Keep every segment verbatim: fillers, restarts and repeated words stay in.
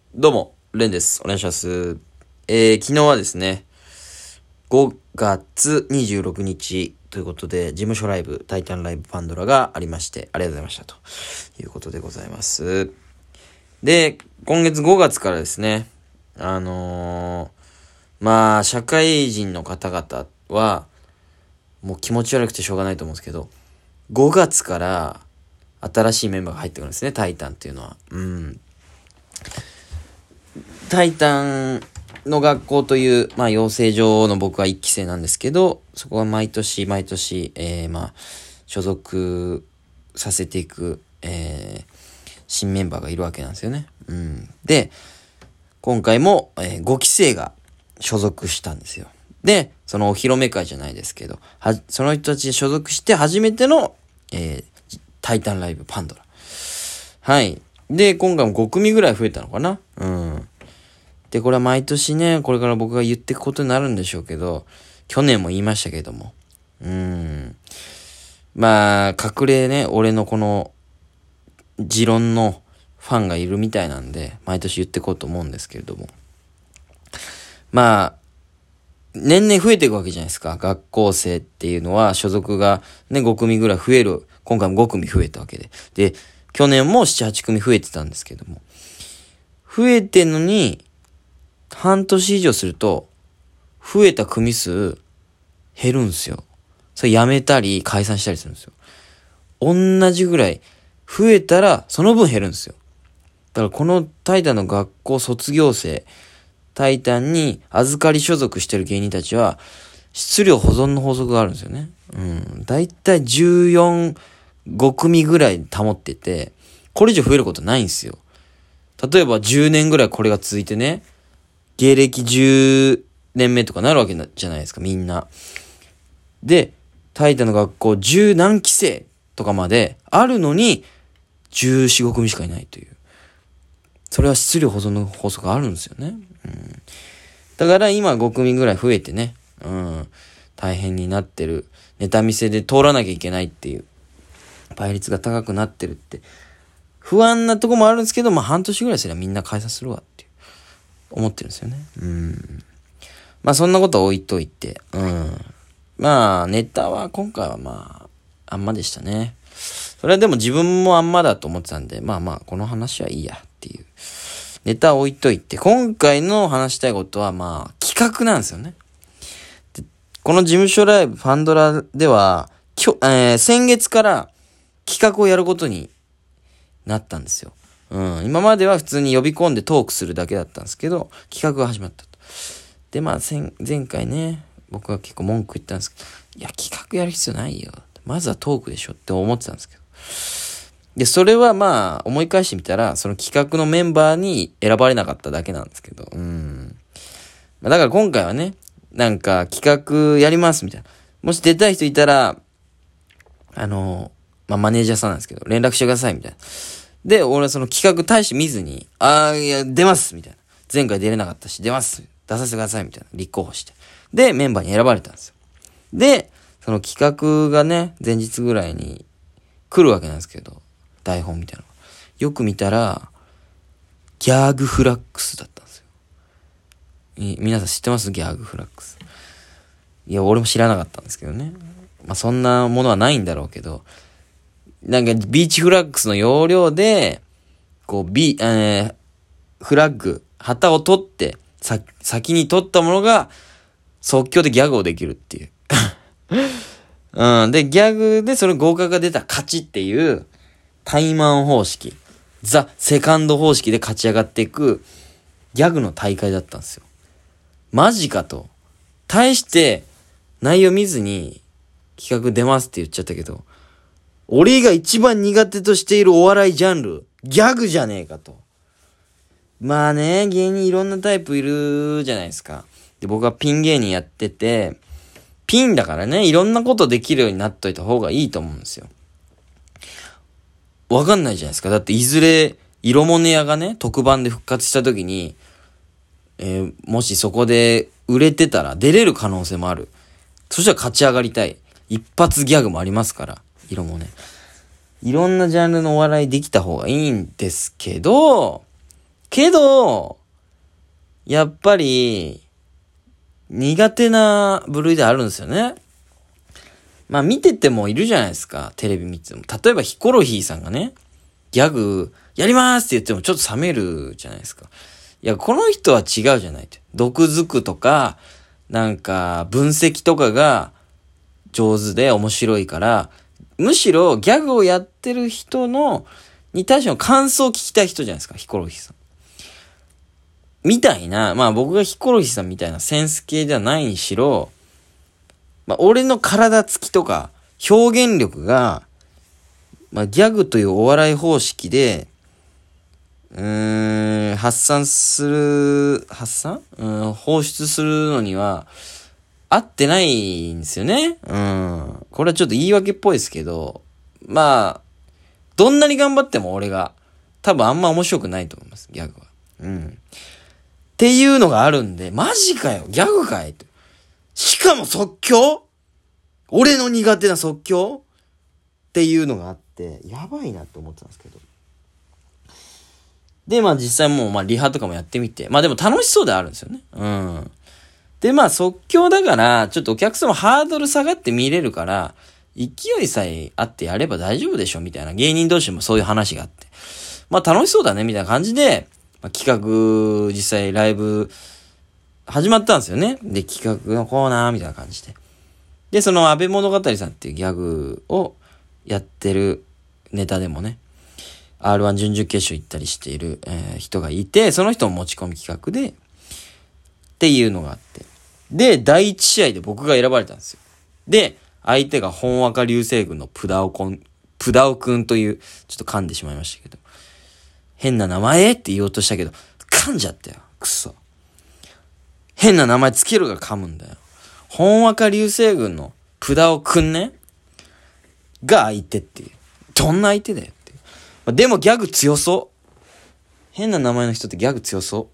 どうも、レンです。お願いします。えー、昨日はですね、ごがつにじゅうろくにちということで、事務所ライブ、タイタンライブパンドラがありまして、ありがとうございましたということでございます。で、今月ごがつからですね、あのー、まあ、社会人の方々は、もう気持ち悪くてしょうがないと思うんですけど、ごがつから新しいメンバーが入ってくるんですね、タイタンっていうのは。うん。タイタンの学校という、まあ、養成所の僕はいっきせいなんですけど、そこは毎年毎年、えー、まあ、所属させていく、えー、新メンバーがいるわけなんですよね。うん。で、今回も、えー、ごきせいが所属したんですよ。で、そのお披露目会じゃないですけど、は、その人たちで所属して初めての、えー、タイタンライブパンドラ。はい。で、今回もごくみぐらい増えたのかな。うん。で、これは毎年ね、これから僕が言っていくことになるんでしょうけど、去年も言いましたけども。うーん。まあ、隠れね、俺のこの、持論のファンがいるみたいなんで、毎年言っていこうと思うんですけれども。まあ、年々増えていくわけじゃないですか。学校生っていうのは、所属がね、ごくみぐらい増える。今回もごくみ増えたわけで。で、去年もなな、はちくみ増えてたんですけども。増えてんのに、半年以上すると、増えた組数減るんすよ。それやめたり解散したりするんですよ。同じぐらい増えたらその分減るんですよ。だからこのタイタンの学校卒業生、タイタンに預かり所属してる芸人たちは、質量保存の法則があるんですよね。うん。だいたいじゅうよん、ごくみぐらい保ってて、これ以上増えることないんですよ。例えばじゅうねんぐらいこれが続いてね、芸歴じゅうねんめとかなるわけじゃないですか、みんな。で、タイタンの学校じゅう何期生とかまであるのに、じゅうよん、ごくみしかいないという。それは質量保存の法則があるんですよね。うん、だから今ごくみぐらい増えてね、うん、大変になってる。ネタ見せで通らなきゃいけないっていう、倍率が高くなってるって、不安なとこもあるんですけど、まあ半年ぐらいすればみんな解散するわっていう、思ってるんですよね。うん。まあそんなことは置いといて、うん。まあネタは今回はまあ、あんまでしたね。それはでも自分もあんまだと思ってたんで、まあまあこの話はいいやっていう。ネタを置いといて、今回の話したいことはまあ企画なんですよね。でこの事務所ライブパンドラでは、きょ、えー、先月から企画をやることになったんですよ。うん。今までは普通に呼び込んでトークするだけだったんですけど、企画が始まったと。で、まあ、前回ね、僕は結構文句言ったんですけど、いや、企画やる必要ないよ。まずはトークでしょって思ってたんですけど。で、それはまあ、思い返してみたら、その企画のメンバーに選ばれなかっただけなんですけど、うん。だから今回はね、なんか企画やりますみたいな。もし出たい人いたら、あの、まあ、マネージャーさんなんですけど、連絡してくださいみたいな。で、俺はその企画大して見ずに、あー、いや、出ますみたいな。前回出れなかったし、出ます出させてくださいみたいな。立候補して。で、メンバーに選ばれたんですよ。で、その企画がね、前日ぐらいに来るわけなんですけど、台本みたいなの。よく見たら、ギャグフラックスだったんですよ。皆さん知ってますギャグフラックス。いや、俺も知らなかったんですけどね。まあ、そんなものはないんだろうけど、なんかビーチフラッグスの要領で、こう、ビ、えー、フラッグ、旗を取って、さ、先に取ったものが、即興でギャグをできるっていう。うん。で、ギャグでその合格が出たら勝ちっていう、タイマン方式、ザ・セカンド方式で勝ち上がっていく、ギャグの大会だったんですよ。マジかと。対して、内容見ずに、企画出ますって言っちゃったけど、俺が一番苦手としているお笑いジャンル、ギャグじゃねえかと。まあね、芸人いろんなタイプいるじゃないですか。で、僕はピン芸人やってて、ピンだからね、いろんなことできるようになっといた方がいいと思うんですよ。わかんないじゃないですか。だっていずれ、色モネ屋がね、特番で復活した時に、えー、もしそこで売れてたら出れる可能性もある。そしたら勝ち上がりたい。一発ギャグもありますから、色もね。いろんなジャンルのお笑いできた方がいいんですけど、 けど、やっぱり、苦手な部類であるんですよね。まあ見ててもいるじゃないですか。テレビ見てても。例えばヒコロヒーさんがね、ギャグ、やりますって言ってもちょっと冷めるじゃないですか。いや、この人は違うじゃないって。毒づくとか、なんか分析とかが上手で面白いから、むしろギャグをやってる人の、に対しての感想を聞きたい人じゃないですか、ヒコロヒーさん。みたいな、まあ僕がヒコロヒーさんみたいなセンス系ではないにしろ、まあ俺の体つきとか表現力が、まあギャグというお笑い方式で、うーん、発散する、発散うん、放出するのには、合ってないんですよね。うん。これはちょっと言い訳っぽいですけど、まあ、どんなに頑張っても俺が、多分あんま面白くないと思います、ギャグは。うん。っていうのがあるんで、マジかよ、ギャグかいと。しかも即興？俺の苦手な即興っていうのがあって、やばいなって思ってたんですけど。で、まあ実際もう、まあリハとかもやってみて、まあでも楽しそうであるんですよね。うん。で、まあ即興だから、ちょっとお客さんもハードル下がって見れるから、勢いさえあってやれば大丈夫でしょみたいな、芸人同士もそういう話があって。まあ楽しそうだねみたいな感じで、まあ、企画、実際ライブ、始まったんですよね。で、企画のコーナーみたいな感じで。で、その安倍物語さんっていうギャグをやってるネタでもね、アールワン 準々決勝行ったりしている、えー、人がいて、その人も持ち込み企画で、っていうのがあって。で、だいいち試合で僕が選ばれたんですよ。で、相手が本若流星群のプダオコン、プダオくんという、ちょっと噛んでしまいましたけど、変な名前って言おうとしたけど、噛んじゃったよ。くそ。変な名前つけるが噛むんだよ。本若流星群のプダオくんね。が相手っていう。どんな相手だよっていう。まあ、でもギャグ強そう。変な名前の人ってギャグ強そう。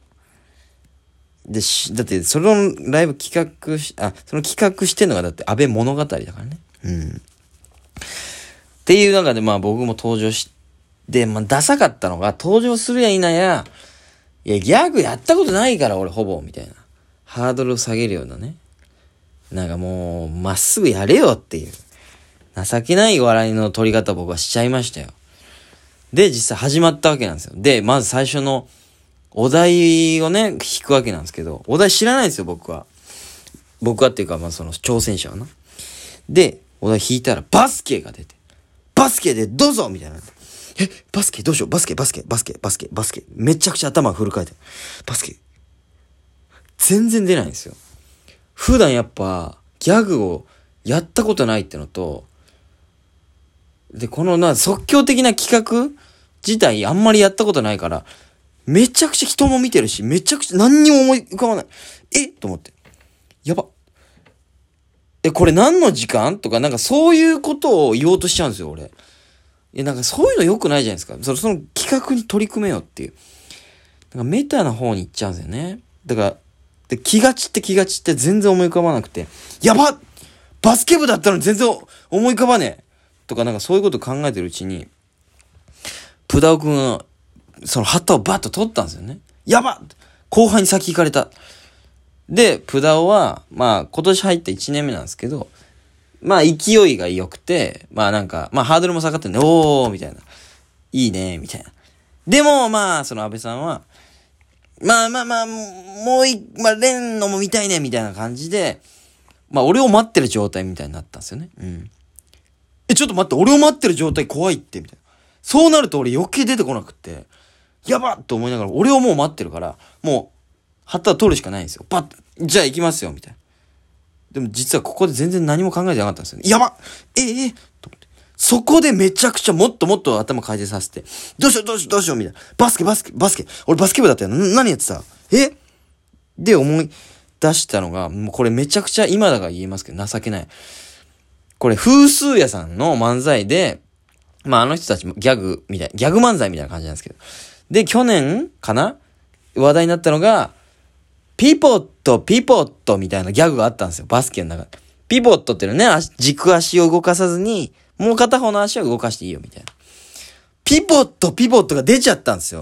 でし、だってそのライブ企画し、あ、その企画してんのがだって安倍物語だからね。うん。っていう中でまあ僕も登場して、で、まあ、ダサかったのが、登場するや否や、いや、ギャグやったことないから、俺、ほぼ、みたいな。ハードルを下げるようなね。なんかもう、まっすぐやれよっていう。情けない笑いの取り方を僕はしちゃいましたよ。で、実際始まったわけなんですよ。で、まず最初の、お題をね、弾くわけなんですけど、お題知らないんですよ、僕は。僕はっていうか、まあ、その、挑戦者はな。で、お題弾いたら、バスケが出て、バスケでどうぞみたいな。え、バスケどうしようバスケ、バスケ、バスケ、バスケ、バスケ。めちゃくちゃ頭フル回転。バスケ。全然出ないんですよ。普段やっぱ、ギャグをやったことないってのと、で、このな、即興的な企画自体あんまりやったことないから、めちゃくちゃ人も見てるし、めちゃくちゃ何にも思い浮かばない。えと思って。やば。え、これ何の時間とか、なんかそういうことを言おうとしちゃうんですよ、俺。いや、なんかそういうの良くないじゃないですか。その、その企画に取り組めよっていう。なんかメタな方に行っちゃうんですよね。だから、で気が散って気が散って全然思い浮かばなくて、やばっバスケ部だったのに全然思い浮かばねえとかなんかそういうこと考えてるうちに、プダオくんが、その旗をバッと取ったんですよね。やばっ後輩に先行かれた。で、プダオは、まあ今年入ったいちねんめなんですけど、まあ勢いが良くて、まあなんか、まあハードルも下がってんで、おーみたいな。いいねみたいな。でもまあ、その安倍さんは、まあまあまあ、もうい、まあレンのも見たいねみたいな感じで、まあ俺を待ってる状態みたいになったんですよね。うん。え、ちょっと待って、俺を待ってる状態怖いって、みたいな。そうなると俺余計出てこなくって、やばっと思いながら、俺をもう待ってるから、もう、旗を取るしかないんですよ。パッ、じゃあ行きますよ、みたいな。でも実はここで全然何も考えてなかったんですよね。やばっえええと思って。そこでめちゃくちゃもっともっと頭回転させて、どうしようどうしようどうしようみたいな。バスケバスケバスケ。俺バスケ部だったよ。何やってたえで思い出したのが、もうこれめちゃくちゃ今だから言えますけど情けない。これ風数屋さんの漫才で、まああの人たちもギャグみたい、ギャグ漫才みたいな感じなんですけど。で、去年かな話題になったのが、ピポット、ピポットみたいなギャグがあったんですよ。バスケの中で。ピポットっていうのね、軸足を動かさずに、もう片方の足を動かしていいよみたいな。ピポット、ピポットが出ちゃったんですよ。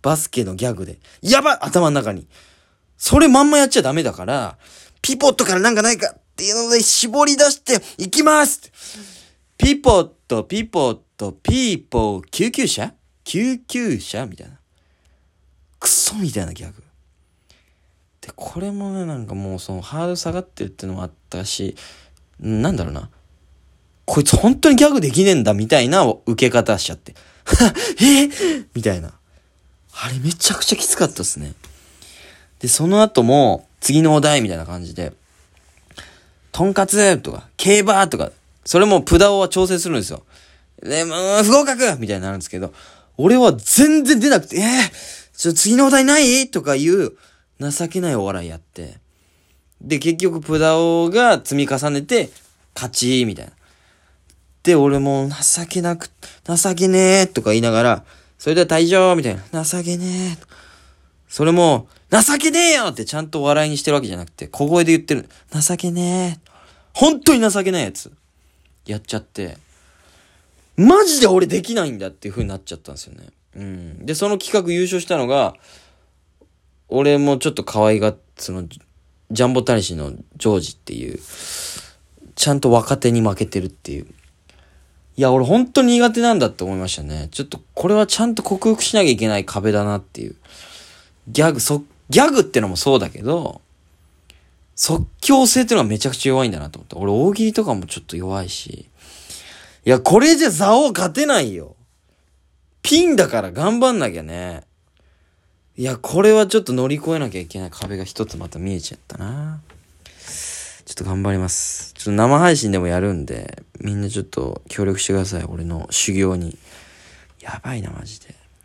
バスケのギャグで。やばっ頭の中に。それまんまやっちゃダメだから、ピポットからなんかないかっていうので絞り出して、いきますピポット、ピポット、ピーポー、救急車救急車みたいな。クソみたいなギャグ。で、これもね、なんかもうそのハードル下がってるっていうのもあったし、なんだろうな。こいつ本当にギャグできねえんだみたいな受け方しちゃって。えー、みたいな。あれめちゃくちゃきつかったですね。で、その後も次のお題みたいな感じで、とんかつとか、競馬とか、それもプダオは調整するんですよ。で、もう不合格みたいになるんですけど、俺は全然出なくて、えー、ちょ、次のお題ないとかいう情けないお笑いやって。で、結局プダオが積み重ねて、勝ちみたいな。で、俺も情けなく、情けねーとか言いながら、それでは退場みたいな。情けねー。それも、情けねえよってちゃんと笑いにしてるわけじゃなくて、小声で言ってる。情けねえ。本当に情けないやつ。やっちゃって。マジで俺できないんだっていう風になっちゃったんですよね。うん。で、その企画優勝したのが、俺もちょっと可愛がっ、その、ジャンボタニシのジョージっていう、ちゃんと若手に負けてるっていう。いや、俺本当に苦手なんだって思いましたね。ちょっとこれはちゃんと克服しなきゃいけない壁だなっていう。ギャグ、そ、ギャグってのもそうだけど、即興性ってのがめちゃくちゃ弱いんだなと思った。俺大喜利とかもちょっと弱いし。いや、これじゃザオ勝てないよ。ピンだから頑張んなきゃね。いや、これはちょっと乗り越えなきゃいけない壁が一つまた見えちゃったな。ちょっと頑張ります。ちょっと生配信でもやるんで、みんなちょっと協力してください。俺の修行に。やばいな、マジで。